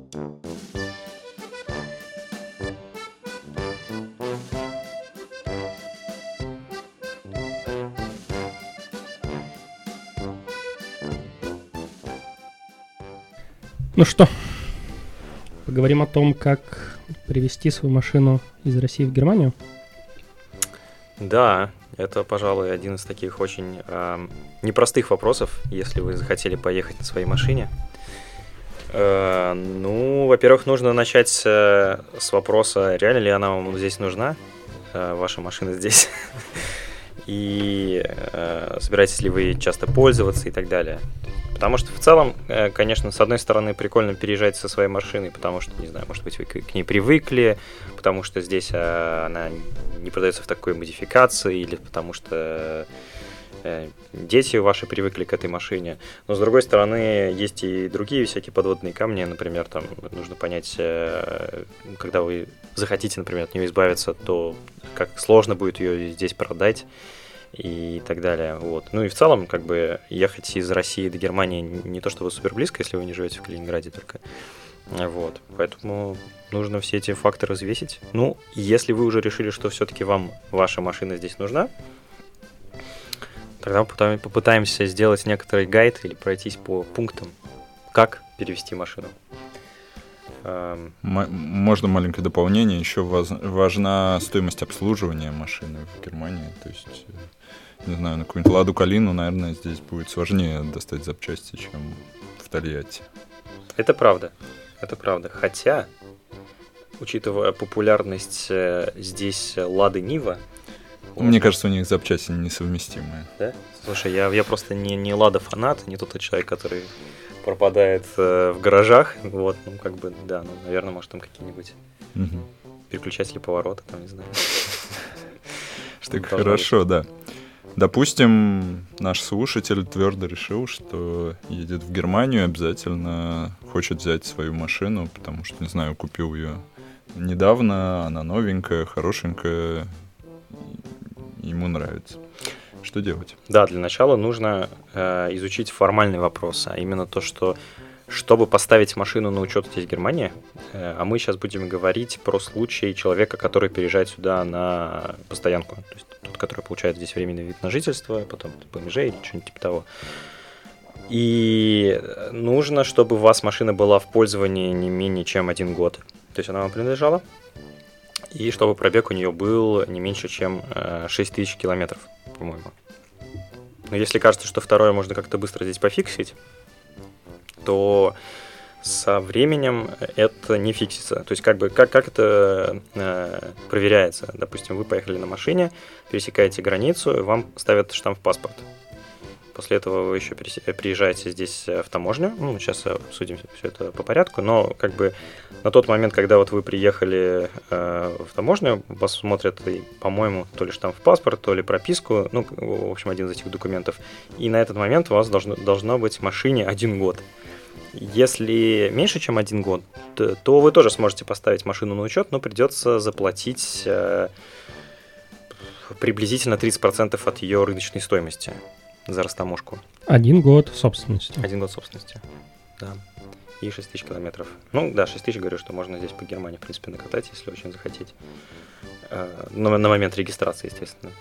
Ну что, поговорим о том, как привезти свою машину из России в Германию? Да, это, пожалуй, один из таких очень непростых вопросов, если вы захотели поехать на своей машине. Во-первых, нужно начать с вопроса, реально ли она вам здесь нужна, ваша машина здесь, и собираетесь ли вы часто пользоваться и так далее. Потому что в целом, конечно, с одной стороны, прикольно переезжать со своей машиной, потому что, не знаю, может быть, вы к ней привыкли, потому что здесь она не продается в такой модификации, или потому что дети ваши привыкли к этой машине. Но, с другой стороны, есть и другие всякие подводные камни. Например, там нужно понять, когда вы захотите, например, от нее избавиться, то как сложно будет ее здесь продать и так далее. Вот. Ну и в целом, как бы, ехать из России до Германии не то чтобы супер близко, если вы не живете в Калининграде только. Вот. Поэтому нужно все эти факторы взвесить. Ну, если вы уже решили, что все-таки вам ваша машина здесь нужна, тогда попытаемся сделать некоторый гайд или пройтись по пунктам, как перевести машину. Можно маленькое дополнение. Еще важна стоимость обслуживания машины в Германии. То есть, не знаю, на какую-нибудь Ладу Калину, наверное, здесь будет сложнее достать запчасти, чем в Тольятти. Это правда. Это правда. Хотя, учитывая популярность здесь Лады Нива, мне кажется, у них запчасти несовместимые. Да? Слушай, я просто не Лада фанат, не тот человек, который пропадает в гаражах. Вот, ну, как бы, да, ну, наверное, может, там какие-нибудь переключатели поворота, там, не знаю. Так хорошо, да. Допустим, наш слушатель твердо решил, что едет в Германию, обязательно хочет взять свою машину, потому что, не знаю, купил ее недавно, она новенькая, хорошенькая, ему нравится. Что делать? Да, для начала нужно изучить формальный вопрос, а именно то, что чтобы поставить машину на учет здесь в Германии, а мы сейчас будем говорить про случай человека, который переезжает сюда на постоянку, то есть тот, который получает здесь временный вид на жительство, потом ПМЖ или что-нибудь типа того. И нужно, чтобы у вас машина была в пользовании не менее чем 1 год, то есть она вам принадлежала, и чтобы пробег у нее был не меньше, чем 6000 километров, по-моему. Но если кажется, что второе можно как-то быстро здесь пофиксить, то со временем это не фиксится. То есть как это проверяется? Допустим, вы поехали на машине, пересекаете границу, и вам ставят штамп в паспорт. После этого вы еще приезжаете здесь в таможню. Ну, сейчас обсудим все это по порядку, но как бы на тот момент, когда вот вы приехали в таможню, вас смотрят, по-моему, то ли штамп в паспорт, то ли прописку, ну, в общем, один из этих документов. И на этот момент у вас должно быть в машине 1 год. Если меньше, чем 1 год, то вы тоже сможете поставить машину на учет, но придется заплатить приблизительно 30% от ее рыночной стоимости за растаможку. 1 год собственности. 1 год собственности, да. И 6000 километров. Ну, да, 6000, говорю, что можно здесь по Германии, в принципе, накатать, если очень захотеть. На момент регистрации, естественно.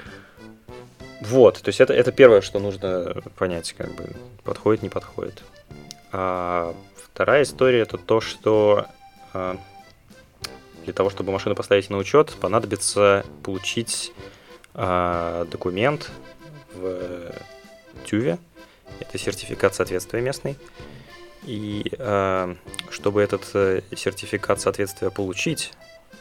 Вот, то есть это первое, что нужно понять, как бы, подходит, не подходит. А вторая история — это то, что для того, чтобы машину поставить на учет, понадобится получить документ в ТЮВе. Это сертификат соответствия местный. И чтобы этот сертификат соответствия получить,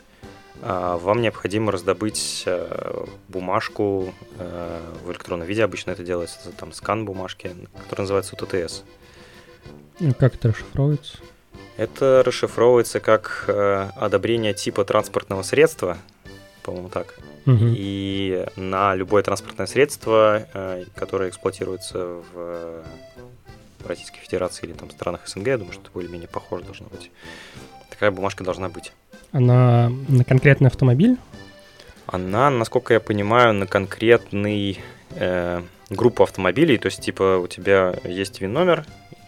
вам необходимо раздобыть бумажку в электронном виде. Обычно это делается там скан бумажки, который называется УТТС. Как это расшифровывается? Это расшифровывается как одобрение типа транспортного средства, по-моему, так. Угу. И на любое транспортное средство, которое эксплуатируется в Российской Федерации или там странах СНГ, я думаю, что это более-менее похоже должно быть. Такая бумажка должна быть. Она на конкретный автомобиль? Она, насколько я понимаю, на конкретный группу автомобилей. То есть, типа, у тебя есть ВИН-номер,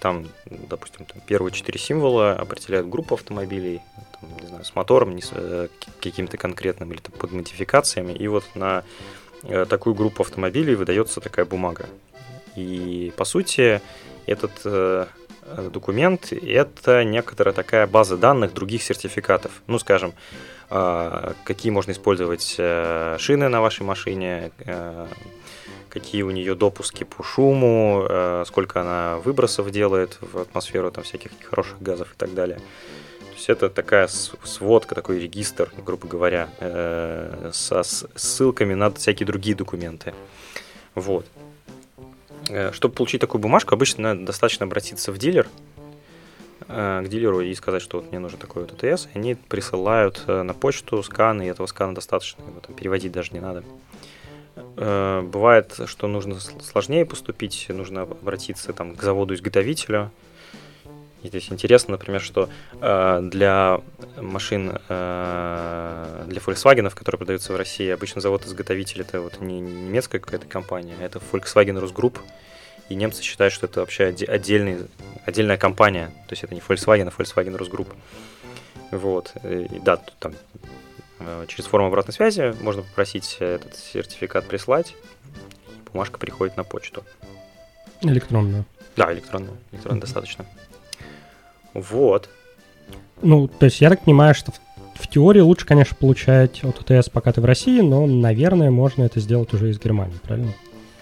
там, допустим, первые 4 символа определяют группу автомобилей, там, не знаю, с мотором, не с каким-то конкретным или там, под модификациями. И вот на такую группу автомобилей выдается такая бумага. И, по сути, этот документ – это некоторая такая база данных других сертификатов. Ну, скажем, какие можно использовать шины на вашей машине, какие у нее допуски по шуму, сколько она выбросов делает в атмосферу, там, всяких нехороших газов и так далее. То есть это такая сводка, такой регистр, грубо говоря, со ссылками на всякие другие документы. Вот. Чтобы получить такую бумажку, обычно достаточно обратиться в дилер, к дилеру и сказать, что вот мне нужен такой вот АТС. Они присылают на почту скан, и этого скана достаточно, его там переводить даже не надо. Бывает, что нужно сложнее поступить, нужно обратиться там, к заводу-изготовителю. И здесь интересно, например, что для машин, для Volkswagen, которые продаются в России, обычно завод-изготовитель это вот не немецкая какая-то компания, а это Volkswagen Rosgroup. И немцы считают, что это вообще отдельная компания. То есть это не Volkswagen, а Volkswagen Rosgroup. Вот. И да, там через форму обратной связи можно попросить этот сертификат прислать. Бумажка приходит на почту. Электронную. Да, электронную. Электронную достаточно. Вот. Ну, то есть я так понимаю, что в теории лучше, конечно, получать от АТС, пока ты в России, но, наверное, можно это сделать уже из Германии, правильно?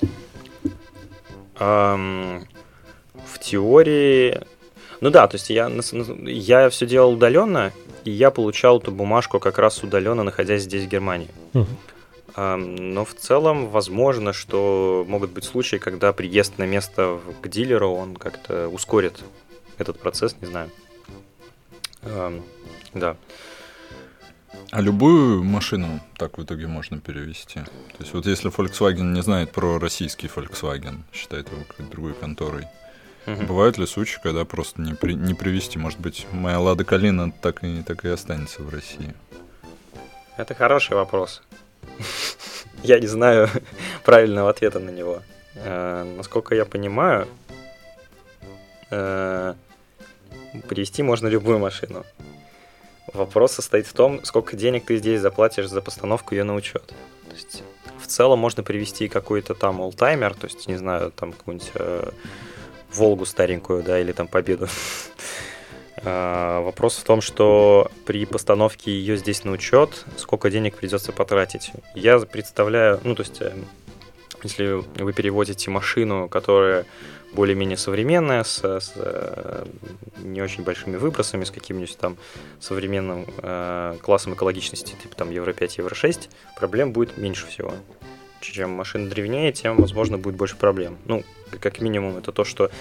В теории... Ну да, то есть я все делал удаленно, и я получал эту бумажку как раз удаленно, находясь здесь, в Германии. Но в целом возможно, что могут быть случаи, когда приезд на место к дилеру, он как-то ускорит этот процесс, не знаю. Да. А любую машину так в итоге можно перевести? То есть вот если Volkswagen не знает про российский Volkswagen, считает его какой-то другой конторой, бывают ли случаи, когда просто не привезти? Может быть, моя Лада Калина так и останется в России? Это хороший вопрос. Я не знаю правильного ответа на него. Насколько я понимаю, привезти можно любую машину. Вопрос состоит в том, сколько денег ты здесь заплатишь за постановку ее на учет. То есть, в целом можно привезти какой-то там олдтаймер, то есть, не знаю, там какую-нибудь Волгу старенькую, да, или там Победу. Вопрос в том, что при постановке ее здесь на учет, сколько денег придется потратить. Я представляю, ну, то есть, если вы перевозите машину, которая более-менее современная, с не очень большими выбросами, с каким-нибудь там современным классом экологичности, типа там Евро 5, Евро 6, проблем будет меньше всего. Чем машина древнее, тем, возможно, будет больше проблем. Ну, как минимум, это то, что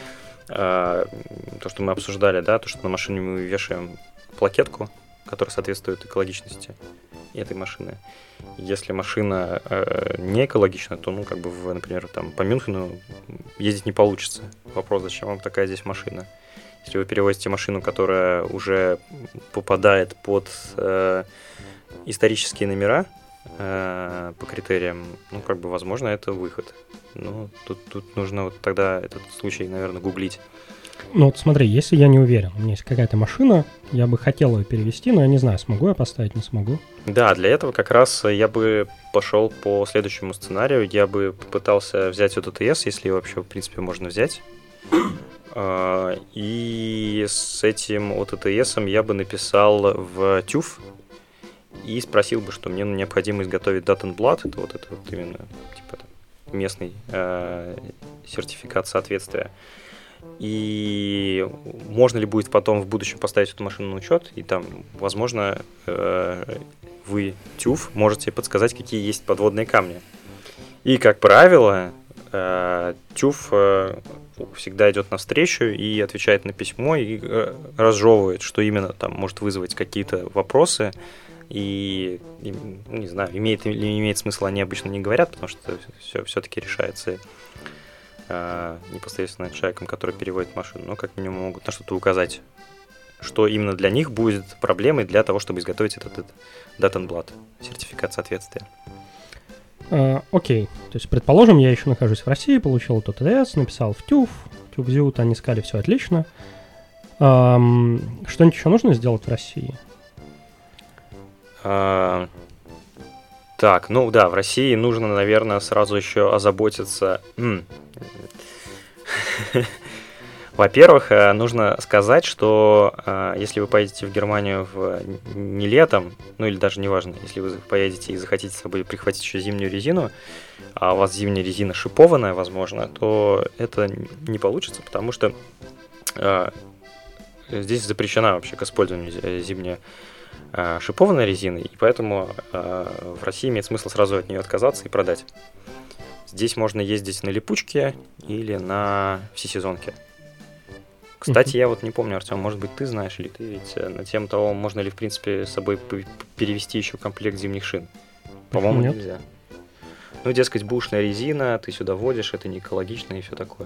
мы обсуждали, да, то, что на машине мы вешаем плакетку, которая соответствует экологичности этой машины. Если машина не экологична, то, ну, как бы, например, там, по Мюнхену ездить не получится. Вопрос, зачем вам такая здесь машина? Если вы перевозите машину, которая уже попадает под исторические номера по критериям, ну, как бы, возможно, это выход. Ну, тут нужно вот тогда этот случай, наверное, гуглить. Ну вот смотри, если я не уверен, у меня есть какая-то машина, я бы хотел ее перевести, но я не знаю, смогу я поставить, не смогу. Да, для этого как раз я бы пошел по следующему сценарию. Я бы попытался взять вот АТС, если его вообще, в принципе, можно взять. И с этим вот АТСом я бы написал в TÜV и спросил бы, что мне необходимо изготовить Datenblatt, это вот именно типа местный сертификат соответствия. И можно ли будет потом в будущем поставить эту машину на учет, и там, возможно, вы, TÜV, можете подсказать, какие есть подводные камни. И, как правило, TÜV всегда идет навстречу и отвечает на письмо, и разжевывает, что именно там может вызвать какие-то вопросы. И не знаю, имеет или не имеет смысла, они обычно не говорят, потому что все-таки решается непосредственно человеком, который переводит машину, но как минимум могут на что-то указать, что именно для них будет проблемой для того, чтобы изготовить этот Datenblatt, сертификат соответствия. Окей, то есть, предположим, я еще нахожусь в России, получил этот АТС, написал в TÜV, у Vizio они сказали, все отлично. Что-нибудь еще нужно сделать в России? Так, ну да, в России нужно, наверное, сразу еще озаботиться. Во-первых, нужно сказать, что если вы поедете в Германию не летом, ну или даже неважно, если вы поедете и захотите с собой прихватить еще зимнюю резину, а у вас зимняя резина шипованная, возможно, то это не получится, потому что здесь запрещена вообще к использованию зимняя шипованной резины, и поэтому в России имеет смысл сразу от нее отказаться и продать. Здесь можно ездить на липучке или на всесезонке. Кстати, я вот не помню, Артем, может быть, ты знаешь, или ты ведь на тему того, можно ли, в принципе, с собой перевести еще комплект зимних шин. По-моему, Нет. нельзя. Ну, дескать, бушная резина, ты сюда водишь, это не экологично и все такое.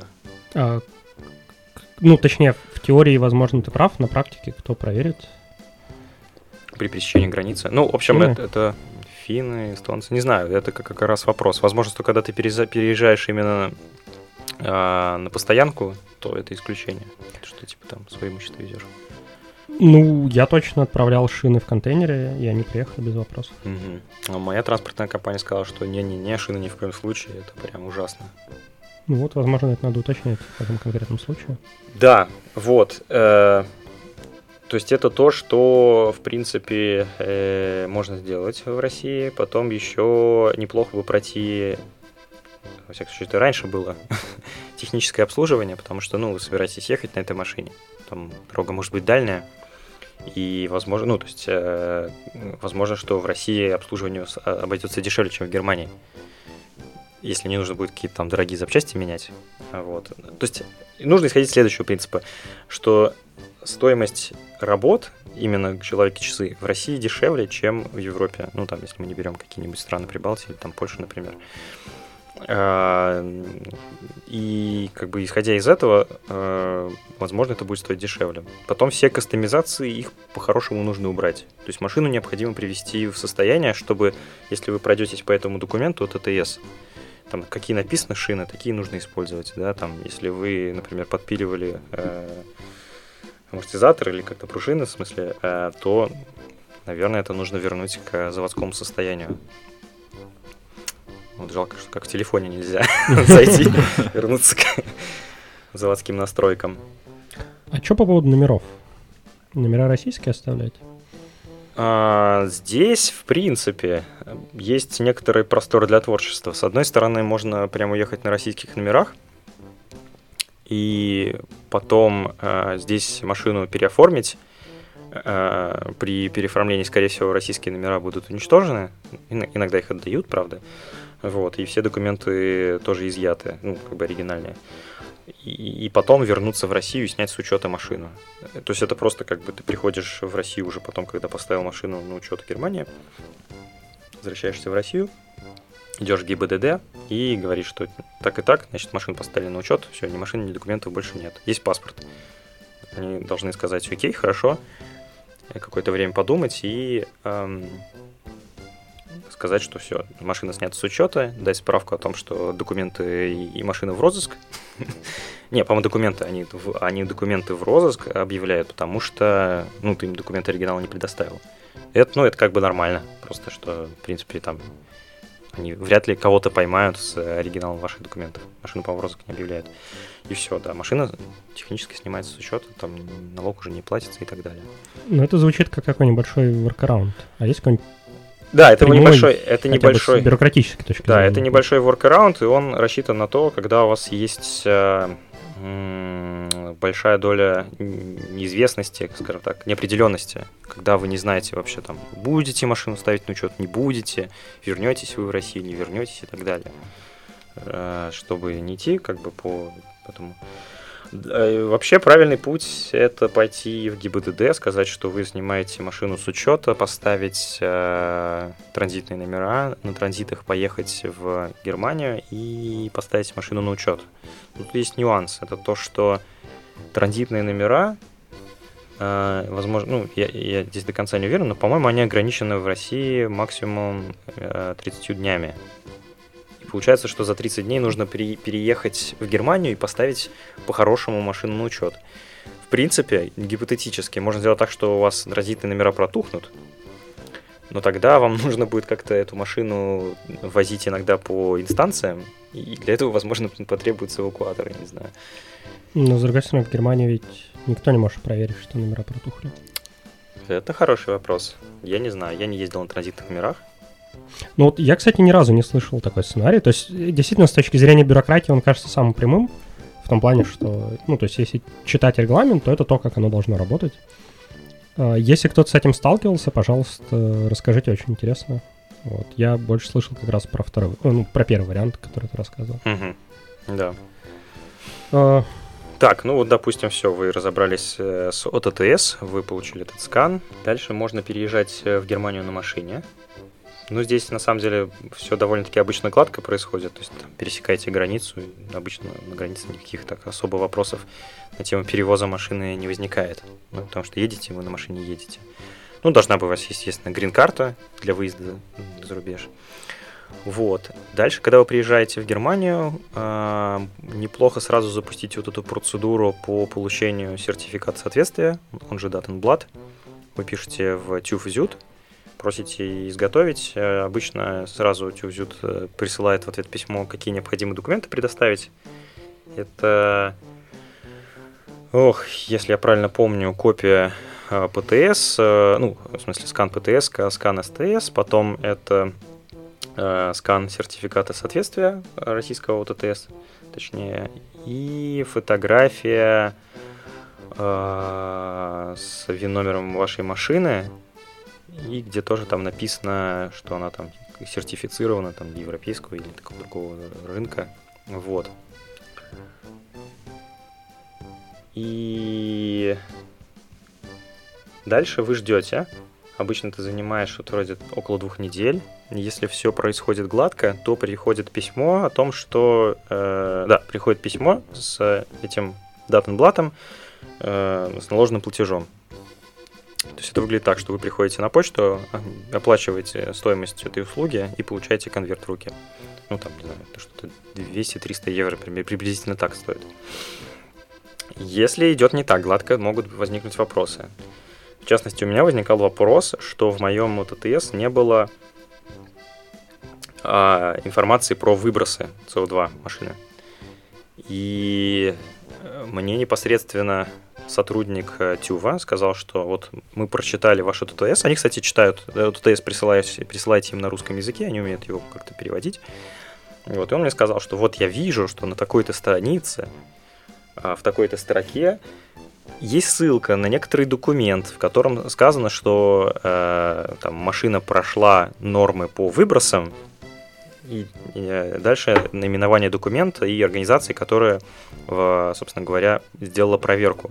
Ну, точнее, в теории, возможно, ты прав, на практике кто проверит? При пересечении границы. Ну, в общем, это финны, эстонцы, не знаю, это как раз вопрос. Возможно, что когда ты переезжаешь именно на постоянку, то это исключение. Что типа там свое имущество везешь. Ну, я точно отправлял шины в контейнере, и они приехали без вопросов. А моя транспортная компания сказала, что не-не-не, шины ни в коем случае, это прям ужасно. Ну вот, возможно, это надо уточнить в этом конкретном случае. Да, вот. То есть это то, что, в принципе, можно сделать в России. Потом еще неплохо бы пройти, во всяком случае, это раньше было, техническое обслуживание, потому что, ну, вы собираетесь ехать на этой машине. Там дорога может быть дальняя. И, возможно, ну, то есть, возможно, что в России обслуживание обойдется дешевле, чем в Германии. Если не нужно будет какие-то там дорогие запчасти менять. Вот. То есть нужно исходить из следующего принципа, что стоимость работ, именно человеки-часы, в России дешевле, чем в Европе. Ну, там, если мы не берем какие-нибудь страны Прибалтики или там Польшу, например. И как бы исходя из этого, возможно, это будет стоить дешевле. Потом все кастомизации, их по-хорошему нужно убрать. То есть машину необходимо привести в состояние, чтобы, если вы пройдетесь по этому документу ТТС, там, какие написаны шины, такие нужно использовать. Да? Там, если вы, например, подпиливали амортизатор или как-то пружины, в смысле, то, наверное, это нужно вернуть к заводскому состоянию. Вот жалко, что как в телефоне нельзя зайти, вернуться к заводским настройкам. А что по поводу номеров? Номера российские оставлять? Здесь, в принципе, есть некоторый простор для творчества. С одной стороны, можно прямо уехать на российских номерах и потом здесь машину переоформить. При переоформлении, скорее всего, российские номера будут уничтожены. Иногда их отдают, правда. Вот, и все документы тоже изъяты, ну, как бы оригинальные. И потом вернуться в Россию и снять с учета машину. То есть это просто как бы ты приходишь в Россию уже потом, когда поставил машину на учет в Германии, возвращаешься в Россию, идешь в ГИБДД и говоришь, что так и так, значит, машину поставили на учет, все, ни машины, ни документов больше нет. Есть паспорт. Они должны сказать, окей, хорошо, какое-то время подумать и сказать, что все, машина снята с учета, дать справку о том, что документы и машина в розыск. Не, по-моему, документы, они документы в розыск объявляют, потому что, ну, ты им документы оригинала не предоставил. Это как бы нормально, просто что, в принципе, там, они вряд ли кого-то поймают с оригиналом ваших документов. Машину, по-моему, в розыск не объявляют. И все, да, машина технически снимается с учета, там налог уже не платится и так далее. Ну, это звучит как такой небольшой workaround. А есть какой-нибудь? Да, это прямой, небольшой. С бюрократической точки зрения. Да, это небольшой workaround, и он рассчитан на то, когда у вас есть большая доля неизвестности, скажем так, неопределенности, когда вы не знаете вообще, там, будете машину ставить на учет, не будете, вернетесь вы в Россию, не вернетесь и так далее. Чтобы не идти как бы по этому. Вообще правильный путь — это пойти в ГИБДД, сказать, что вы снимаете машину с учета, поставить транзитные номера, на транзитах поехать в Германию и поставить машину на учет. Тут есть нюанс. Это то, что транзитные номера, возможно, ну, я здесь до конца не уверен, но, по-моему, они ограничены в России максимум 30 днями. получается, что за 30 дней нужно переехать в Германию и поставить по-хорошему машину на учет. В принципе, гипотетически, можно сделать так, что у вас транзитные номера протухнут, но тогда вам нужно будет как-то эту машину возить иногда по инстанциям, и для этого, возможно, потребуется эвакуатор, я не знаю. Но, с другой стороны, в Германии ведь никто не может проверить, что номера протухли. Это хороший вопрос. Я не знаю, я не ездил на транзитных номерах. Ну вот я, кстати, ни разу не слышал такой сценарий. То есть, действительно, с точки зрения бюрократии он кажется самым прямым, в том плане, что, ну, то есть, если читать регламент, то это то, как оно должно работать. Если кто-то с этим сталкивался, пожалуйста, расскажите, очень интересно. Вот. Я больше слышал как раз про про первый вариант, который ты рассказывал. Да. Так, ну вот, допустим, все, вы разобрались с ОТТС, вы получили этот скан. Дальше можно переезжать в Германию на машине. Ну, здесь, на самом деле, все довольно-таки обычно гладко происходит. То есть, там, пересекаете границу, и обычно на границе никаких так особо вопросов на тему перевоза машины не возникает. Ну, потому что едете, вы на машине едете. Ну, должна быть у вас, естественно, грин-карта для выезда за рубеж. Вот. Дальше, когда вы приезжаете в Германию, неплохо сразу запустить вот эту процедуру по получению сертификата соответствия, он же Datenblatt. Вы пишете в TÜV SÜD, просите изготовить. Обычно сразу TÜV SÜD присылает в ответ письмо, какие необходимые документы предоставить. Это, если я правильно помню, копия ПТС, ну, в смысле, скан ПТС, скан СТС, потом это скан сертификата соответствия российского ОТТС, точнее, и фотография с ВИН-номером вашей машины, и где тоже там написано, что она там сертифицирована там для европейского или такого другого рынка. Вот. И дальше вы ждете. Обычно это занимает что-то вроде около 2 недель. Если все происходит гладко, то приходит письмо о том, что... приходит письмо с этим Datenblatt, с наложенным платежом. То есть это выглядит так, что вы приходите на почту, оплачиваете стоимость этой услуги и получаете конверт в руки. Ну, там, не знаю, это что-то 200-300 евро, приблизительно так стоит. Если идет не так гладко, могут возникнуть вопросы. В частности, у меня возникал вопрос, что в моем ОТТС не было информации про выбросы СО2 машины. И мне непосредственно сотрудник ТЮВа сказал, что вот мы прочитали ваш ОТТС. Они, кстати, читают ОТТС, присылаете им на русском языке, они умеют его как-то переводить. Вот, и он мне сказал, что вот я вижу, что на такой-то странице, в такой-то строке есть ссылка на некоторый документ, в котором сказано, что там машина прошла нормы по выбросам, и дальше наименование документа и организации, которая, собственно говоря, сделала проверку.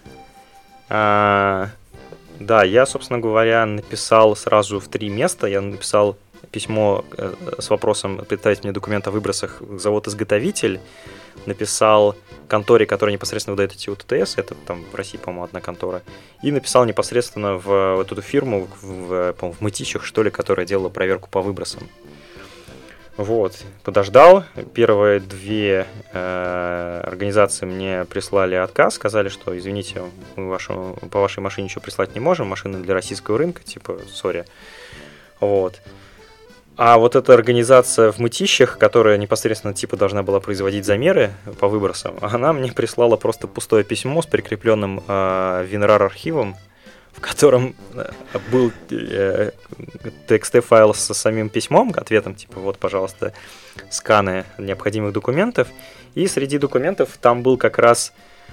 Да, я, собственно говоря, написал сразу в 3 места. Я написал письмо с вопросом «Представить мне документ о выбросах в завод-изготовитель», написал конторе, которая непосредственно выдает эти УТТС, это там в России, по-моему, одна контора, и написал непосредственно в эту фирму, в Мытищах, что ли, которая делала проверку по выбросам. Вот, подождал. Первые 2 организации мне прислали отказ, сказали, что, извините, мы по вашей машине ничего прислать не можем, машина для российского рынка, типа, сори. Вот. А вот эта организация в Мытищах, которая непосредственно типа должна была производить замеры по выбросам, она мне прислала просто пустое письмо с прикрепленным WinRAR-архивом, в котором был TXT-файл со самим письмом, ответом, типа, вот, пожалуйста, сканы необходимых документов. И среди документов там был как раз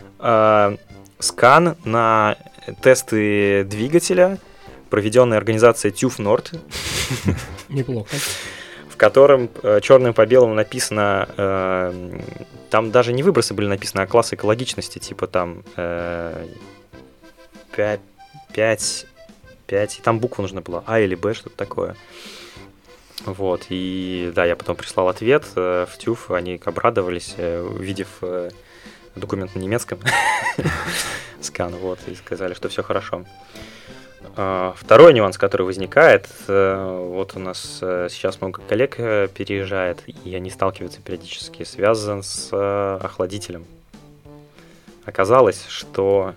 скан на тесты двигателя, проведенной организацией TÜV Nord. Неплохо. В котором черным по белому написано, там даже не выбросы были написаны, а класс экологичности, типа там 5, и там буква нужна была, А или Б, что-то такое. Вот, и да, я потом прислал ответ в TÜV, они обрадовались, увидев документ на немецком, скан, вот, и сказали, что все хорошо. Второй нюанс, который возникает, вот у нас сейчас много коллег переезжает, и они сталкиваются периодически, связан с охладителем. Оказалось, что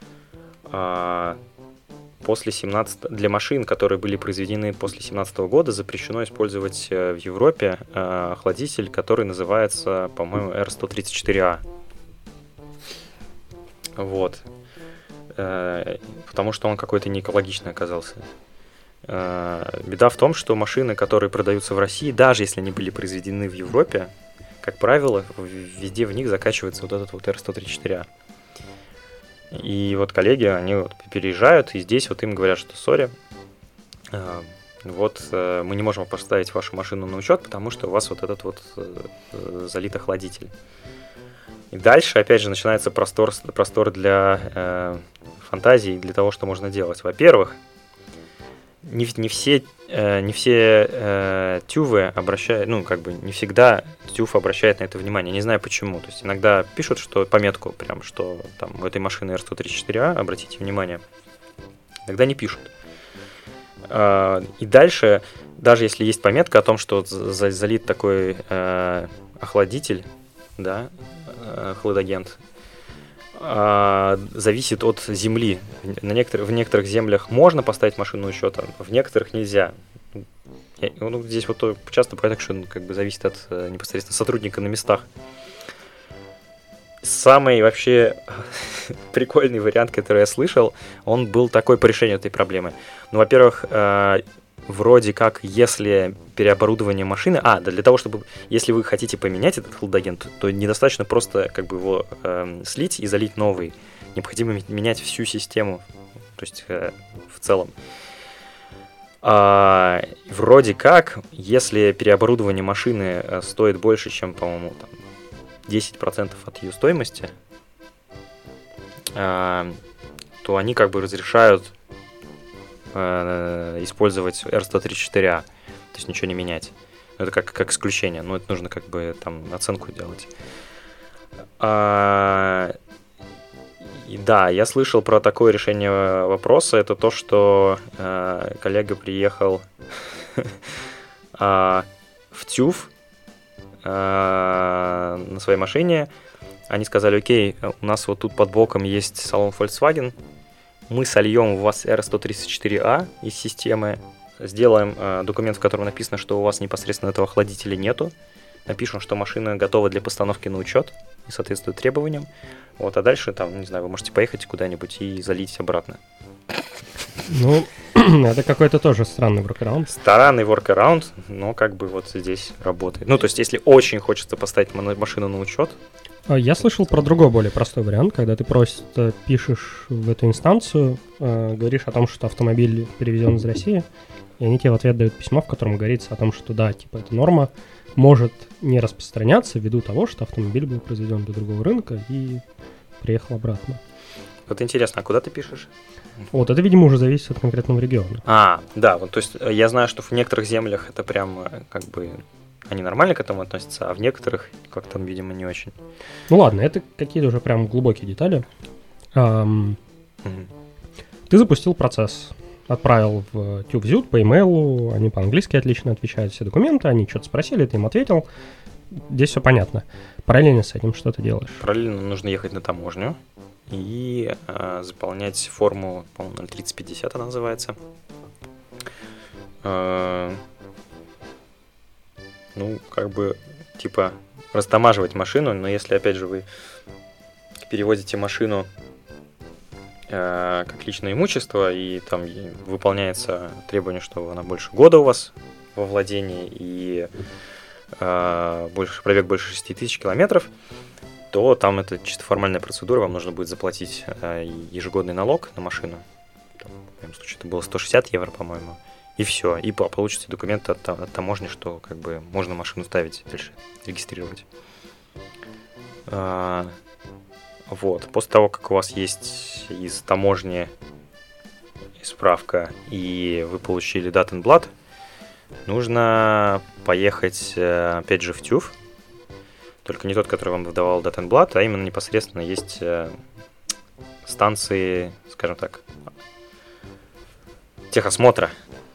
для машин, которые были произведены после 2017 года, запрещено использовать в Европе охладитель, который называется, по-моему, R134A. Вот. Потому что он какой-то неэкологичный оказался. Беда в том, что машины, которые продаются в России, даже если они были произведены в Европе, как правило, везде в них закачивается вот этот вот R134A. И вот коллеги, они вот переезжают, и здесь вот им говорят, что сори, вот мы не можем поставить вашу машину на учет, потому что у вас вот этот вот залит охладитель. И дальше, опять же, начинается простор для фантазии, для того, что можно делать. Во-первых, не все тювы обращают, не всегда тюв обращает на это внимание. Не знаю почему. То есть иногда пишут, что пометку, прям, что там у этой машины R134A, обратите внимание. Иногда не пишут. И дальше, даже если есть пометка о том, что залит такой охладитель, да, хладагент, зависит от земли. В некоторых землях можно поставить машину на учет, а в некоторых нельзя. Здесь вот часто бывает так, что зависит от непосредственно сотрудника на местах. Самый вообще прикольный вариант, который я слышал, он был такой по решению этой проблемы. Ну, во-первых, вроде как, если переоборудование машины... для того, чтобы... Если вы хотите поменять этот хладагент, то недостаточно просто его слить и залить новый. Необходимо менять всю систему. То есть в целом. Вроде как, если переоборудование машины стоит больше, чем, по-моему, 10% от ее стоимости, то они разрешают использовать R134A, то есть ничего не менять. Это как исключение, но это нужно оценку делать. И да, я слышал про такое решение вопроса. Это то, что коллега приехал в ТЮФ на своей машине. Они сказали: окей, у нас вот тут под боком есть салон Volkswagen, мы сольем у вас R134A из системы, сделаем документ, в котором написано, что у вас непосредственно этого охладителя нету, напишем, что машина готова для постановки на учет и соответствует требованиям. Вот, а дальше, вы можете поехать куда-нибудь и залить обратно. Ну, это какой-то тоже странный workaround. Странный workaround, но вот здесь работает. Ну, то есть, если очень хочется поставить машину на учет. Я слышал про другой, более простой вариант, когда ты просто пишешь в эту инстанцию, говоришь о том, что автомобиль перевезен из России, и они тебе в ответ дают письмо, в котором говорится о том, что да, эта норма может не распространяться ввиду того, что автомобиль был произведен для другого рынка и приехал обратно. Вот интересно, а куда ты пишешь? Вот, это, видимо, уже зависит от конкретного региона. Да, вот, то есть я знаю, что в некоторых землях это прям они нормально к этому относятся, а в некоторых как-то, видимо, не очень. Ну ладно, это какие-то уже прям глубокие детали. Ты запустил процесс, отправил в TÜV-ZÜD по имейлу, они по-английски отлично отвечают все документы, они что-то спросили, ты им ответил. Здесь все понятно. Параллельно с этим что ты делаешь? Parallelно нужно ехать на таможню и заполнять форму, по-моему, 03050 она называется. Растамаживать машину, но если, опять же, вы перевозите машину как личное имущество, и там выполняется требование, что она больше года у вас во владении, и пробег больше 6000 километров, то там это чисто формальная процедура, вам нужно будет заплатить ежегодный налог на машину. В моем случае это было 160 евро, по-моему. И все, и получите документы от таможни, что можно машину ставить дальше, регистрировать. Вот, после того, как у вас есть из таможни справка, и вы получили дат-н-блат, нужно поехать, опять же, в ТЮФ, только не тот, который вам выдавал дат-н-блат, а именно непосредственно есть станции, скажем так, техосмотра,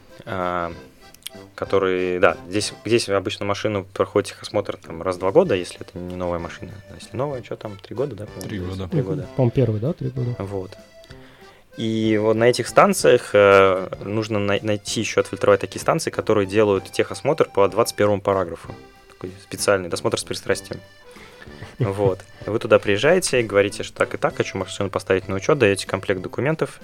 который, да, здесь обычно машину проходит техосмотр там, раз в 2 года, если это не новая машина. Если новая, что там, 3 года, да? 3 года. 3 года. По-моему, первый, да, 3 года? Вот. И вот на этих станциях нужно найти еще, отфильтровать такие станции, которые делают техосмотр по 21 параграфу. Такой специальный досмотр с пристрастием. Вот. Вы туда приезжаете и говорите, что так и так, хочу машину поставить на учет, даете комплект документов.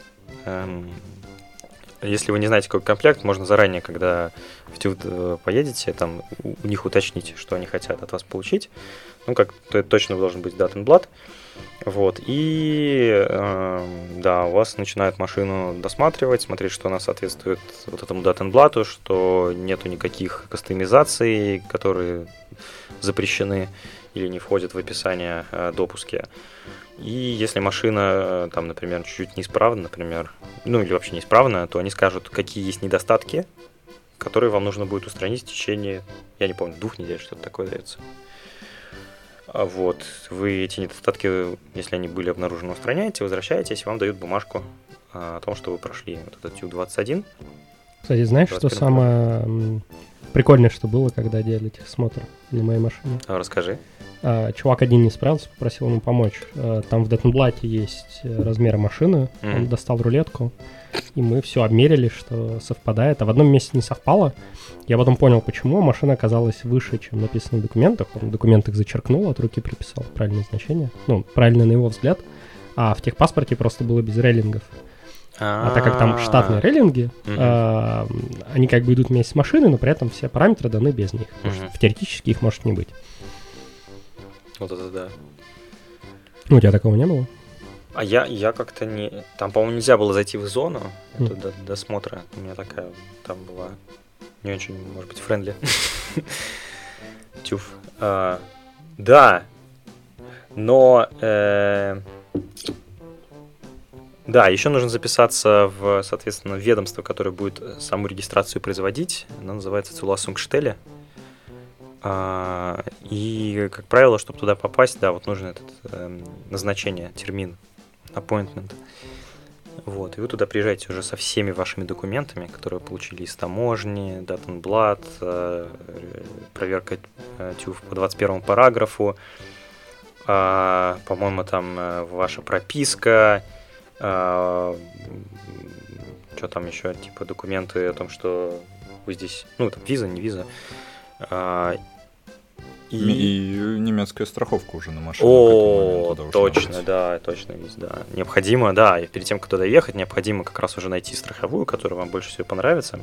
Если вы не знаете, какой комплект, можно заранее, когда в ТЮВ поедете, там у них уточнить, что они хотят от вас получить. Ну, как то это точно должен быть дат-н-блат. Вот. И да, у вас начинают машину досматривать, смотреть, что она соответствует вот этому дат-н-блату, что нету никаких кастомизаций, которые запрещены или не входят в описание допуски. И если машина, там, например, чуть-чуть неисправна, например, ну или вообще неисправна, то они скажут, какие есть недостатки, которые вам нужно будет устранить в течение, я не помню, 2 недель, что-то такое дается. Вот, вы эти недостатки, если они были обнаружены, устраняете, возвращаетесь, и вам дают бумажку о том, что вы прошли вот этот ТЮ-21. Кстати, знаешь, что самое прикольное, что было, когда делали техосмотр на моей машине? Расскажи. Чувак один не справился, попросил ему помочь. Там в дат-н-блате есть размеры машины, он достал рулетку, и мы все обмерили, что совпадает. А в одном месте не совпало. Я потом понял, почему. Машина оказалась выше, чем написано в документах. Он в документах зачеркнул, от руки приписал правильное значение. Ну, правильно на его взгляд. А в техпаспорте просто было без рейлингов. А так как там штатные рейлинги, они как бы идут вместе с машиной, но при этом все параметры даны без них. Потому что теоретически их может не быть. Вот это да. У тебя такого не было? А я как-то не... Там, по-моему, нельзя было зайти в зону до досмотра. У меня такая там была не очень, может быть, френдли. ТЮВ. Да. Но... Да, еще нужно записаться в, соответственно, ведомство, которое будет саму регистрацию производить. Оно называется Zulassungsstelle. И, как правило, чтобы туда попасть, да, вот нужно назначение, термин, appointment. Вот, и вы туда приезжаете уже со всеми вашими документами, которые вы получили из таможни, дат-н-блат, проверка ТЮВ по 21 параграфу, по-моему, там ваша прописка, что там еще, типа документы о том, что вы здесь, ну, там, виза, не виза. И немецкая страховка уже на машину. О, точно, да, точно есть, да. Необходимо, да, и перед тем, как туда ехать, необходимо как раз уже найти страховую, которая вам больше всего понравится.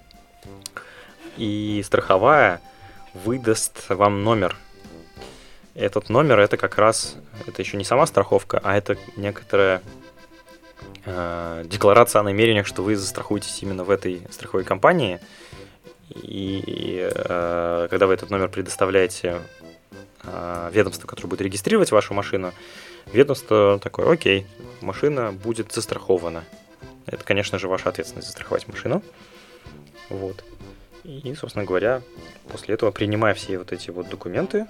И страховая выдаст вам номер. Этот номер, это как раз, это еще не сама страховка, а это некоторая декларация о намерениях, что вы застрахуетесь именно в этой страховой компании. И когда вы этот номер предоставляете ведомству, которое будет регистрировать вашу машину, ведомство такое: окей, машина будет застрахована. Это, конечно же, ваша ответственность застраховать машину. Вот. И, собственно говоря, после этого, принимая все вот эти вот документы,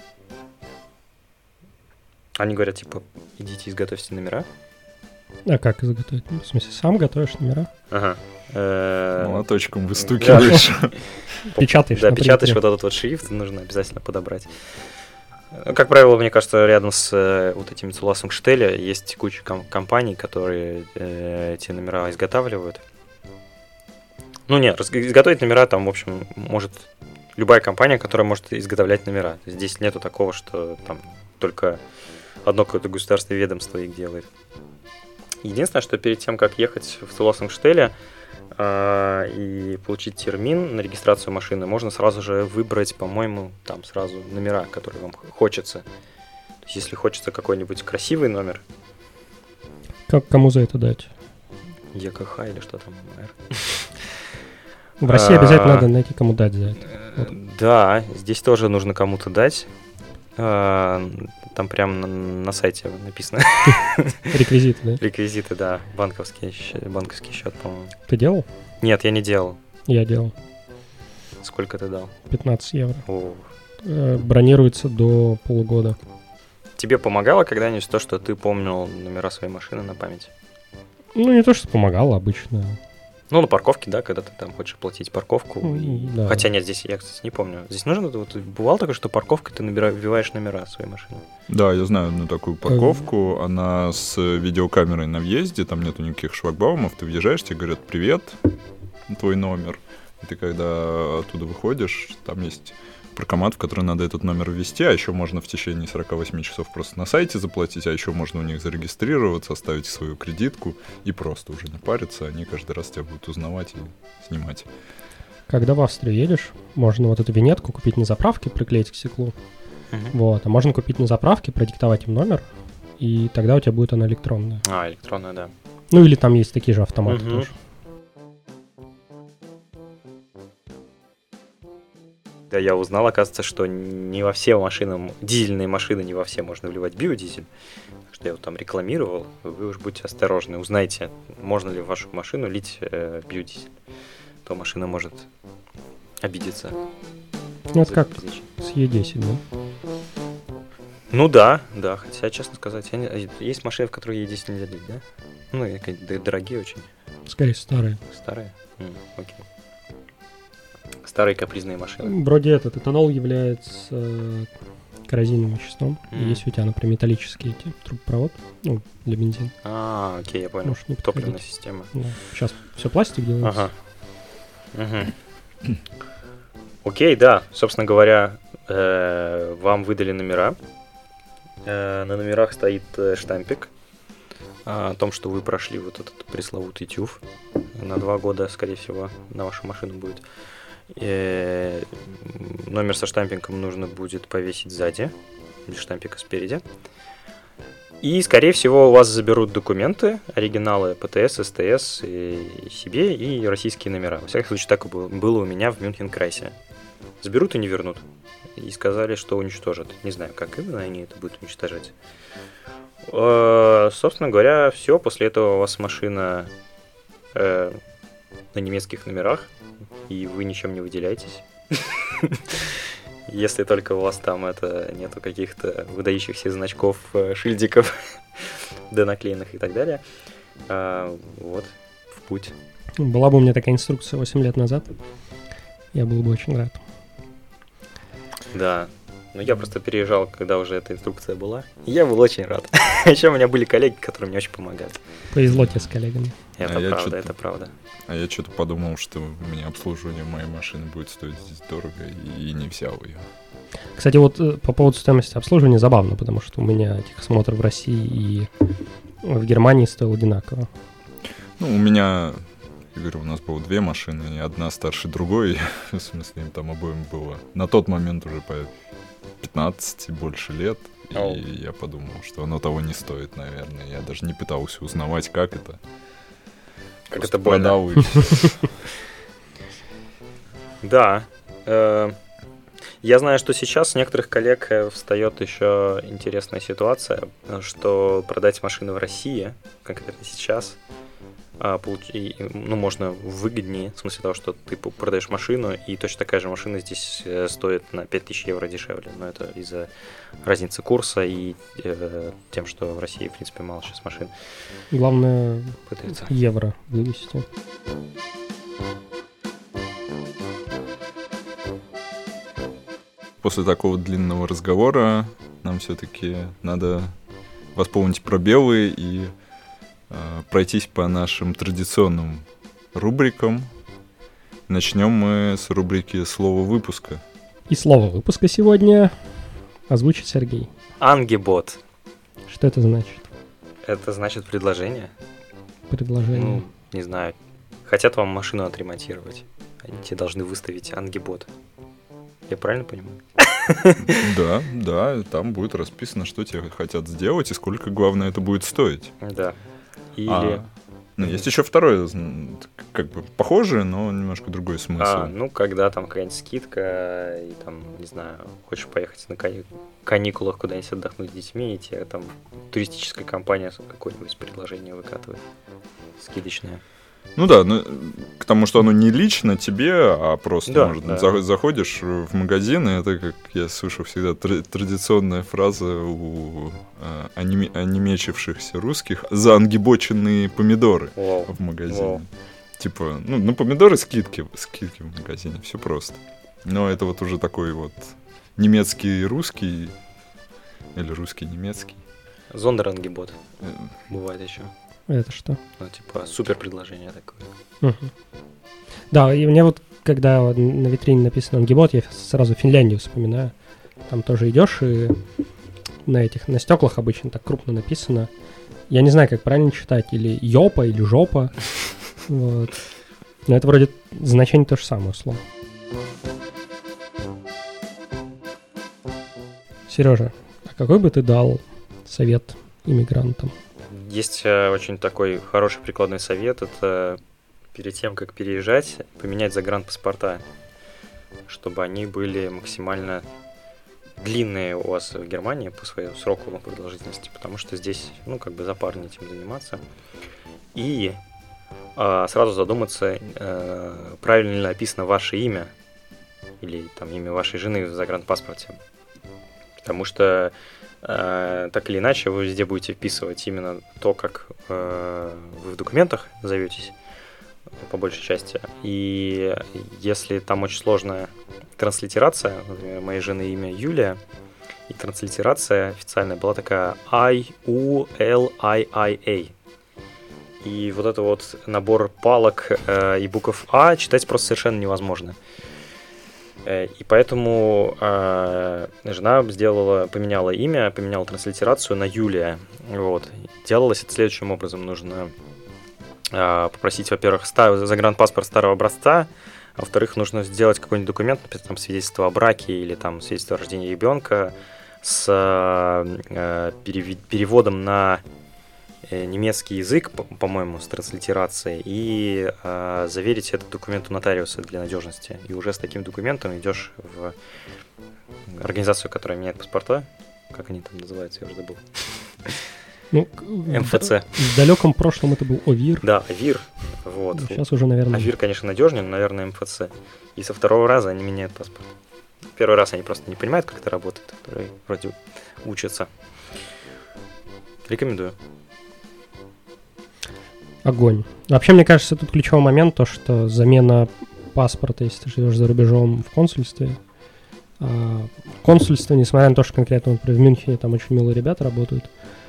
они говорят, типа, идите изготовьте номера. А как изготовить? В смысле, сам готовишь номера? Ага. Молоточком выстукиваешь. Печатаешь. Да, печатаешь вот этот вот шрифт, нужно обязательно подобрать. Как правило, мне кажется, рядом с вот этими Zulassungsstelle есть куча компаний, которые эти номера изготавливают. Ну нет, изготовить номера там, в общем, может любая компания, которая может изготовлять номера. Здесь нету такого, что там только одно какое-то государственное ведомство их делает. Единственное, что перед тем, как ехать в Zulassungsstelle и получить термин на регистрацию машины, можно сразу же выбрать, по-моему, там сразу номера, которые вам хочется. То есть, если хочется какой-нибудь красивый номер. Как кому за это дать? ЕКХ или что там? В России обязательно надо найти, кому дать за это. Вот. Да, здесь тоже нужно кому-то дать. Там прямо на сайте написано. Реквизиты, да? Реквизиты, да. Банковский счет, по-моему. Ты делал? Нет, я не делал. Я делал. Сколько ты дал? 15 евро. О. Бронируется до полугода. Тебе помогало когда-нибудь то, что ты помнил номера своей машины на память? Ну, не то, что помогало, обычно. Ну, на парковке, да, когда ты там хочешь оплатить парковку. Да. Хотя нет, здесь, я, кстати, не помню. Здесь нужно, вот бывало такое, что парковкой ты вбиваешь номера своей машины? Да, я знаю одну такую парковку, она с видеокамерой на въезде, там нету никаких шлагбаумов, ты въезжаешь, тебе говорят «Привет, твой номер». И ты когда оттуда выходишь, там есть паркомат, в который надо этот номер ввести, а еще можно в течение 48 часов просто на сайте заплатить, а еще можно у них зарегистрироваться, оставить свою кредитку и просто уже не париться, они каждый раз тебя будут узнавать и снимать. Когда в Австрию едешь, можно вот эту винетку купить на заправке, приклеить к стеклу. Вот, а можно купить на заправке, продиктовать им номер, и тогда у тебя будет она электронная. Электронная, да. Ну или там есть такие же автоматы тоже. Да, я узнал, оказывается, что не во все машины, дизельные машины, не во все можно вливать биодизель. Так что я вот там рекламировал. Вы уж будьте осторожны. Узнайте, можно ли в вашу машину лить биодизель. То машина может обидеться. Ну, это как с Е10, да? Ну да. Хотя, честно сказать, есть машины, в которых Е10 нельзя лить, да? Ну, и дорогие очень. Скорее, старые. Старые? Окей. Старые капризные машины. Вроде этот этанол является коррозийным веществом. Есть у тебя, например, металлические эти трубопровод, ну, для бензина. Окей, я понял. Может, не топливная система. Да. Сейчас все пластик делается. Окей, да. Собственно говоря, вам выдали номера. На номерах стоит штампик о том, что вы прошли вот этот пресловутый ТÜV. На 2 года, скорее всего, на вашу машину будет. Номер со штампиком нужно будет повесить сзади, без штампика спереди. И, скорее всего, у вас заберут документы, оригиналы ПТС, СТС, и себе, и российские номера. Во всяком случае, так и было у меня в Мюнхен-Крайсе. Заберут и не вернут. И сказали, что уничтожат. Не знаю, как именно они это будут уничтожать. Собственно говоря, все. После этого у вас машина на немецких номерах, и вы ничем не выделяетесь. Если только у вас там нету каких-то выдающихся значков, шильдиков, да наклеенных и так далее. Вот, в путь. Была бы у меня такая инструкция 8 лет назад, я был бы очень рад. Да, но я просто переезжал, когда уже эта инструкция была. И я был очень рад. Еще у меня были коллеги, которые мне очень помогают. Повезло тебе с коллегами. Это правда. А я что-то подумал, что у меня обслуживание моей машины будет стоить здесь дорого, и не взял ее. Кстати, вот по поводу стоимости обслуживания забавно, потому что у меня техосмотр в России и в Германии стоил одинаково. Ну, у меня, я говорю, у нас было 2 машины, и одна старше другой, в смысле, им там обоим было на тот момент уже по 15 и больше лет, и я подумал, что оно того не стоит, наверное. Я даже не пытался узнавать, как это. Как просто это больно. Да. Я знаю, что сейчас с некоторых коллег встает еще интересная ситуация, что продать машину в России, конкретно сейчас, можно выгоднее, в смысле того, что ты продаешь машину, и точно такая же машина здесь стоит на 5000 евро дешевле. Но это из-за разницы курса и тем, что в России, в принципе, мало сейчас машин. Главное, евро вывести. После такого длинного разговора нам все-таки надо восполнить пробелы и пройтись по нашим традиционным рубрикам. Начнем мы с рубрики «Слово выпуска». И слово выпуска сегодня озвучит Сергей. Ангибот. Что это значит? Это значит предложение. Предложение? Ну, не знаю. Хотят вам машину отремонтировать. Они тебе должны выставить ангибот. Я правильно понимаю? Да, там будет расписано, что тебе хотят сделать и сколько, главное, это будет стоить. Да. Или... есть еще второе, как бы похожее, но немножко другой смысл. Когда там какая-нибудь скидка, и там, не знаю, хочешь поехать на каникулах куда-нибудь отдохнуть с детьми, и тебе там туристическая компания какое-нибудь предложение выкатывает скидочное. Ну да, к тому, что оно не лично тебе, а просто, заходишь в магазин, и это, как я слышу всегда, традиционная фраза у онемечившихся русских: заангибоченные помидоры в магазине. Типа, ну, на помидоры скидки в магазине, все просто. Но это вот уже такой вот немецкий русский или русский немецкий. Зондерангебот. Бывает еще. Это что? Ну, типа, супер предложение такое. Угу. Да, и мне вот, когда на витрине написано ангибот, я сразу Финляндию вспоминаю. Там тоже идешь, и на стеклах обычно так крупно написано. Я не знаю, как правильно читать, или ёпа, или жопа. Вот. Но это вроде значение то же самое слово. Сережа, а какой бы ты дал совет иммигрантам? Есть очень такой хороший прикладной совет. Это перед тем, как переезжать, поменять загранпаспорта, чтобы они были максимально длинные у вас в Германии по своему сроку продолжительности, потому что здесь, ну, как бы запарно этим заниматься. И сразу задуматься, правильно ли написано ваше имя или там имя вашей жены в загранпаспорте. Потому что так или иначе вы везде будете вписывать именно то, как вы в документах зоветесь, по большей части. И если там очень сложная транслитерация, например, моей жены имя Юлия, и транслитерация официальная была такая I-U-L-I-I-A. И вот это вот набор палок и букв А читать просто совершенно невозможно. И поэтому жена поменяла имя, поменяла транслитерацию на Юлия. Вот. Делалось это следующим образом. Нужно попросить, во-первых, загранпаспорт старого образца, а во-вторых, нужно сделать какой-нибудь документ, например, там, свидетельство о браке или там, свидетельство о рождении ребенка с переводом на немецкий язык, по-моему, с транслитерацией, и заверить этот документ у нотариуса для надежности. И уже с таким документом идешь в организацию, которая меняет паспорта. Как они там называются, я уже забыл. Ну, МФЦ. В далеком прошлом это был ОВИР. Да, ОВИР. Вот. Сейчас уже, наверное... ОВИР, конечно, надежнее, но, наверное, МФЦ. И со второго раза они меняют паспорт. Первый раз они просто не понимают, как это работает, которые вроде учатся. Рекомендую. Огонь. Вообще, мне кажется, тут ключевой момент, то, что замена паспорта, если ты живешь за рубежом в консульстве. Консульство, несмотря на то, что конкретно, например, в Мюнхене там очень милые ребята работают,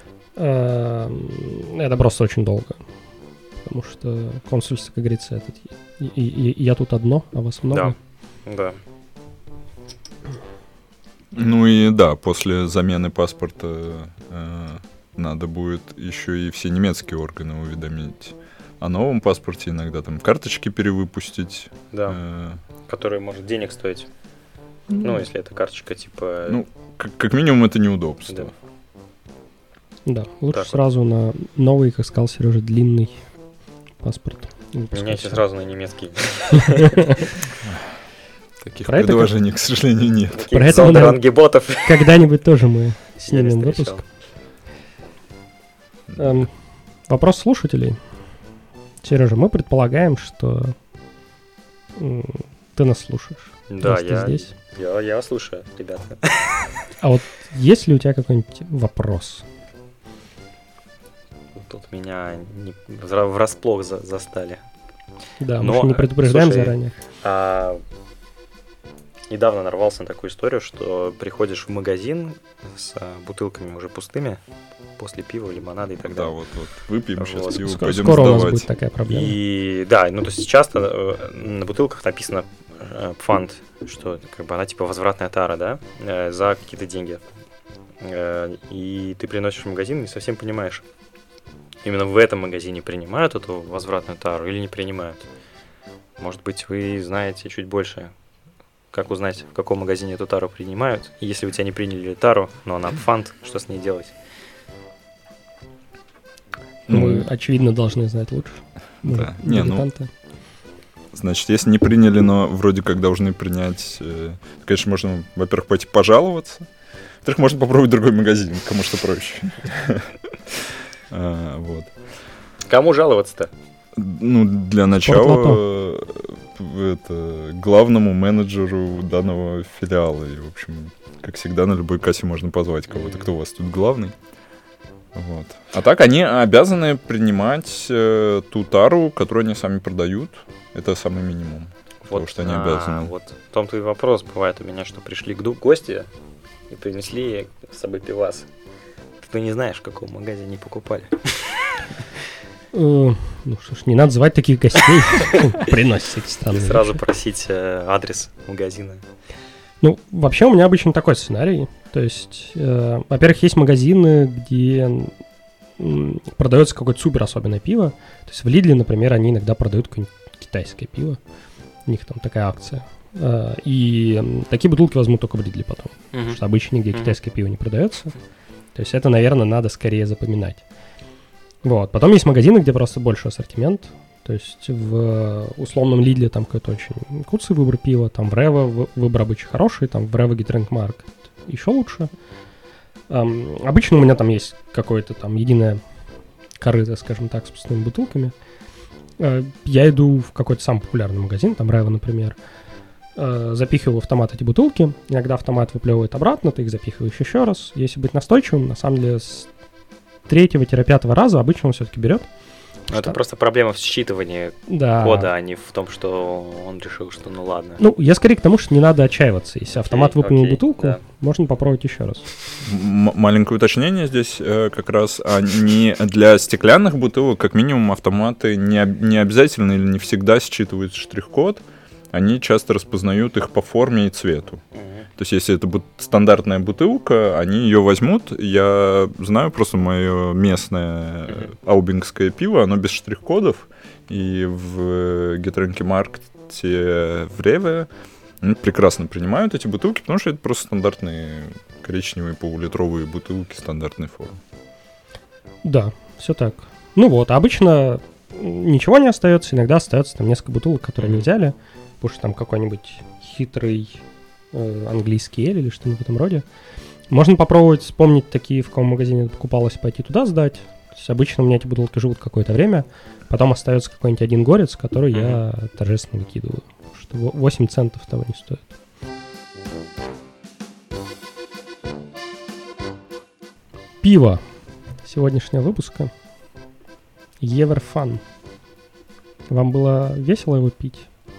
это просто очень долго. Потому что консульство, как говорится, я тут одно, а вас много. Да. Ну и да, после замены паспорта надо будет еще и все немецкие органы уведомить о новом паспорте, иногда там карточки перевыпустить. Да, которые может денег стоить. Ну, если это карточка типа... Ну, как минимум это неудобство. Да, лучше так сразу на новый, как сказал Сережа, длинный паспорт. Меняйте сразу на немецкий. Таких предложений, к сожалению, нет. Про это ангиботов. Когда-нибудь тоже мы снимем выпуск. Вопрос слушателей. Сережа, мы предполагаем, что ты нас слушаешь. Да, я здесь. Я слушаю, ребята. А вот есть ли у тебя какой-нибудь вопрос? Тут меня врасплох застали. Да, мы же не предупреждаем заранее. Недавно нарвался на такую историю, что приходишь в магазин с бутылками уже пустыми, после пива, лимонада и так далее. Да, вот выпьем сейчас пиво, пойдем скоро сдавать. У нас будет такая проблема. И да, ну то есть часто на бутылках написано пфанд, что как бы она типа возвратная тара, да, за какие-то деньги. И ты приносишь в магазин и не совсем понимаешь, именно в этом магазине принимают эту возвратную тару или не принимают. Может быть, вы знаете чуть больше, как узнать, в каком магазине эту тару принимают. И если у тебя не приняли тару, но она пфанд, что с ней делать? Мы, очевидно, должны знать лучше. Да. Значит, если не приняли, но вроде как должны принять, конечно, можно, во-первых, пойти пожаловаться, во-вторых, можно попробовать другой магазин, кому что проще. Вот. Кому жаловаться-то? Ну, для начала главному менеджеру данного филиала. И, в общем, как всегда, на любой кассе можно позвать кого-то, кто у вас тут главный. Вот. А так они обязаны принимать ту тару, которую они сами продают. Это самый минимум. Потому что они обязаны. Вот в том-то и вопрос бывает у меня, что пришли гости и принесли с собой пивас. Ты не знаешь, в каком магазине они покупали. Ну что ж, не надо звать таких гостей. Приносят всякие странные вещи. Сразу просить адрес магазина. Ну, вообще у меня обычно такой сценарий. То есть, во-первых, есть магазины, где продается какое-то супер особенное пиво. То есть в Лидле, например, они иногда продают какое-нибудь китайское пиво. У них там такая акция. И такие бутылки возьмут только в Лидле потом. Потому что обычно нигде китайское пиво не продается. То есть это, наверное, надо скорее запоминать. Вот. Потом есть магазины, где просто больше ассортимент. То есть в условном Лидле там какой-то очень куцый выбор пива, там в Рево выбор обычно хороший, там в Рево Гитринк Маркет еще лучше. Обычно у меня там есть какое-то там единое корыто, скажем так, с пустыми бутылками. Я иду в какой-то самый популярный магазин, там Рево, например, запихиваю в автомат эти бутылки, иногда автомат выплевывает обратно, ты их запихиваешь еще раз. Если быть настойчивым, на самом деле с 3-5 раза обычно он все-таки берет. Это просто проблема в считывании кода, а не в том, что он решил, что ну ладно. Ну, я скорее к тому, что не надо отчаиваться. Если автомат выполнил бутылку, можно попробовать еще раз. Маленькое уточнение здесь как раз. Они для стеклянных бутылок, как минимум, автоматы не обязательно или не всегда считывают штрих-код. Они часто распознают их по форме и цвету. То есть, если это стандартная бутылка, они ее возьмут. Я знаю просто мое местное аубингское пиво, оно без штрих-кодов. И в Гитринке Маркете в Реве они прекрасно принимают эти бутылки, потому что это просто стандартные коричневые полулитровые бутылки стандартной формы. Да, все так. Ну вот, обычно ничего не остается, иногда остается там несколько бутылок, которые не взяли, потому что там какой-нибудь хитрый английский эль или что-нибудь в этом роде. Можно попробовать вспомнить такие, в каком магазине покупалось, пойти туда сдать. То есть обычно у меня эти бутылки живут какое-то время, потом остается какой-нибудь один горец, который я торжественно выкидываю, что 8 центов того не стоит. Пиво сегодняшнего выпуска Еверфан. Вам было весело его пить?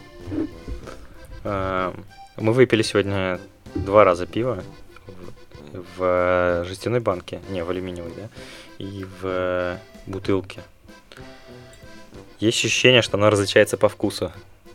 Мы выпили сегодня 2 раза пива в жестяной банке, не, в алюминиевой, да, и в бутылке. Есть ощущение, что оно различается по вкусу.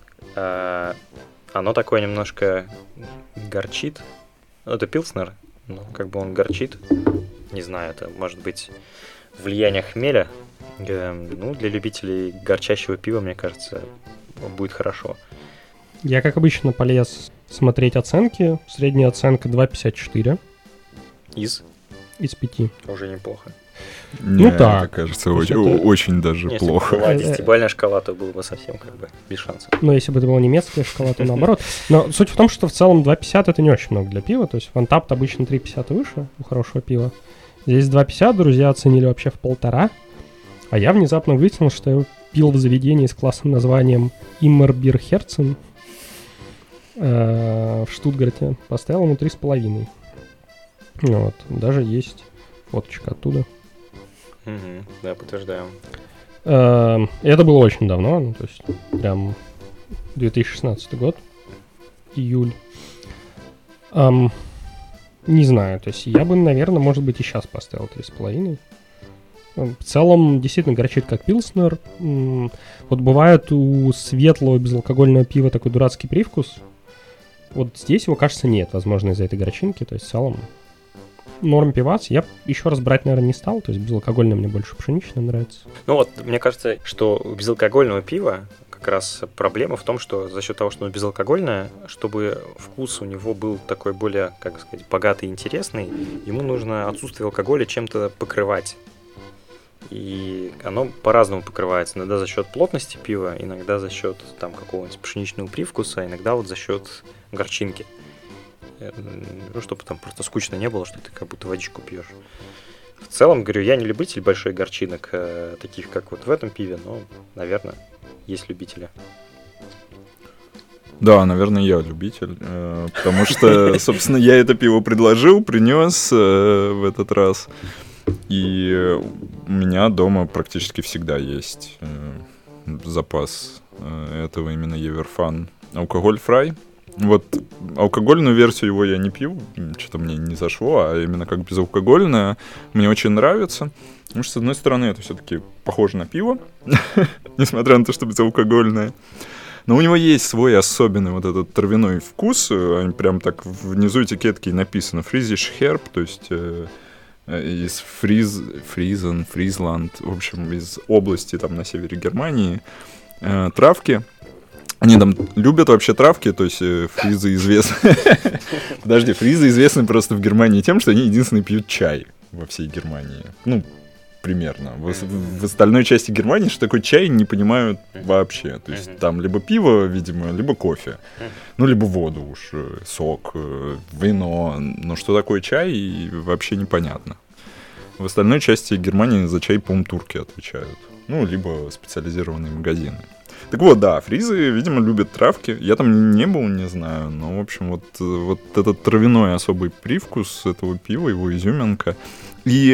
Оно такое немножко горчит. Ну, это пилснер, но как бы он горчит. Не знаю, это может быть влияние хмеля. Ну, для любителей горчащего пива, мне кажется, будет хорошо. Я, как обычно, полез смотреть оценки. Средняя оценка 2,54. Из 5. Уже неплохо. Ну так. Кажется, очень даже если плохо. Если бы была 10-бальная шкала, то было бы совсем как бы без шансов. Но если бы это была немецкая шкала, то наоборот. Но суть в том, что в целом 2,50 это не очень много для пива. То есть в Untappd обычно 3,50 и выше у хорошего пива. Здесь 2,50 друзья оценили вообще в 1,5. А я внезапно выяснил, что я пил в заведении с классным названием Immerbierherzen в Штутгарте. Поставил ему 3,5. Вот. Даже есть фоточка оттуда. Да, подтверждаю. Это было очень давно, ну, то есть прям 2016 год, июль. Не знаю, то есть я бы, наверное, может быть, и сейчас поставил 3,5. В целом, действительно горчит как пилснер. Вот бывает у светлого безалкогольного пива такой дурацкий привкус. Вот здесь его, кажется, нет, возможно, из-за этой горчинки. То есть в целом норм пивас. Я еще раз брать, наверное, не стал. То есть безалкогольное мне больше пшеничное нравится. Ну вот, мне кажется, что у безалкогольного пива как раз проблема в том, что за счет того, что оно безалкогольное, чтобы вкус у него был такой более, как сказать, богатый и интересный, ему нужно отсутствие алкоголя чем-то покрывать. И оно по-разному покрывается. Иногда за счет плотности пива, иногда за счет там какого-нибудь пшеничного привкуса, иногда вот за счет горчинки. Ну, чтобы там просто скучно не было, что ты как будто водичку пьешь. В целом, говорю, я не любитель больших горчинок, таких как вот в этом пиве, но, наверное, есть любители. Да, наверное, я любитель, потому что, собственно, я это пиво предложил, принес в этот раз. И у меня дома практически всегда есть запас этого именно Еверфан алкоголь фрай. Вот алкогольную версию его я не пью, что-то мне не зашло, а именно как безалкогольная мне очень нравится. Потому что, с одной стороны, это все-таки похоже на пиво, несмотря на то, что безалкогольное. Но у него есть свой особенный вот этот травяной вкус. Прям так внизу этикетки написано Friesish Herb, то есть из Фризланд, в общем, из области там на севере Германии травки. Они там любят вообще травки, то есть фризы известны. Подожди, фризы известны просто в Германии тем, что они единственные пьют чай во всей Германии. Ну, примерно. В остальной части Германии, что такое чай, не понимают вообще. То есть там либо пиво, видимо, либо кофе. Ну, либо воду уж, сок, вино. Но что такое чай, вообще непонятно. В остальной части Германии за чай, по-моему, турки отвечают. Ну, либо специализированные магазины. Так вот, да, фризы, видимо, любят травки. Я там не был, не знаю. Но, в общем, вот этот травяной особый привкус этого пива, его изюминка. И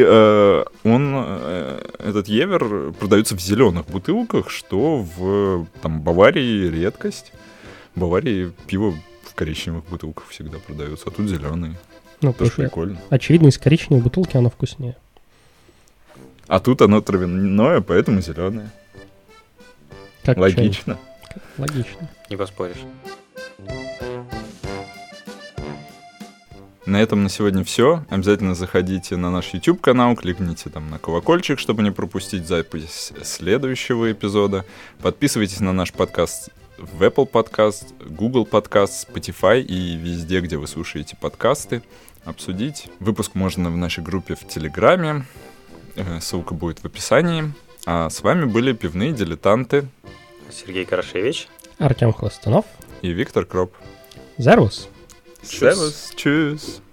этот Евер продается в зеленых бутылках, что в Баварии редкость. В Баварии пиво в коричневых бутылках всегда продается, а тут зеленые. Ну, тоже прикольно. Очевидно, из коричневой бутылки оно вкуснее. А тут оно травяное, поэтому зеленое. Как логично. Логично. Не поспоришь. На этом на сегодня все. Обязательно заходите на наш YouTube-канал, кликните там на колокольчик, чтобы не пропустить запись следующего эпизода. Подписывайтесь на наш подкаст в Apple Podcast, Google Podcast, Spotify и везде, где вы слушаете подкасты. Обсудить. Выпуск можно в нашей группе в Телеграме. Ссылка будет в описании. А с вами были пивные дилетанты Сергей Карашевич, Артем Хлостунов и Виктор Кроп. Servus. Servus. Tschüss.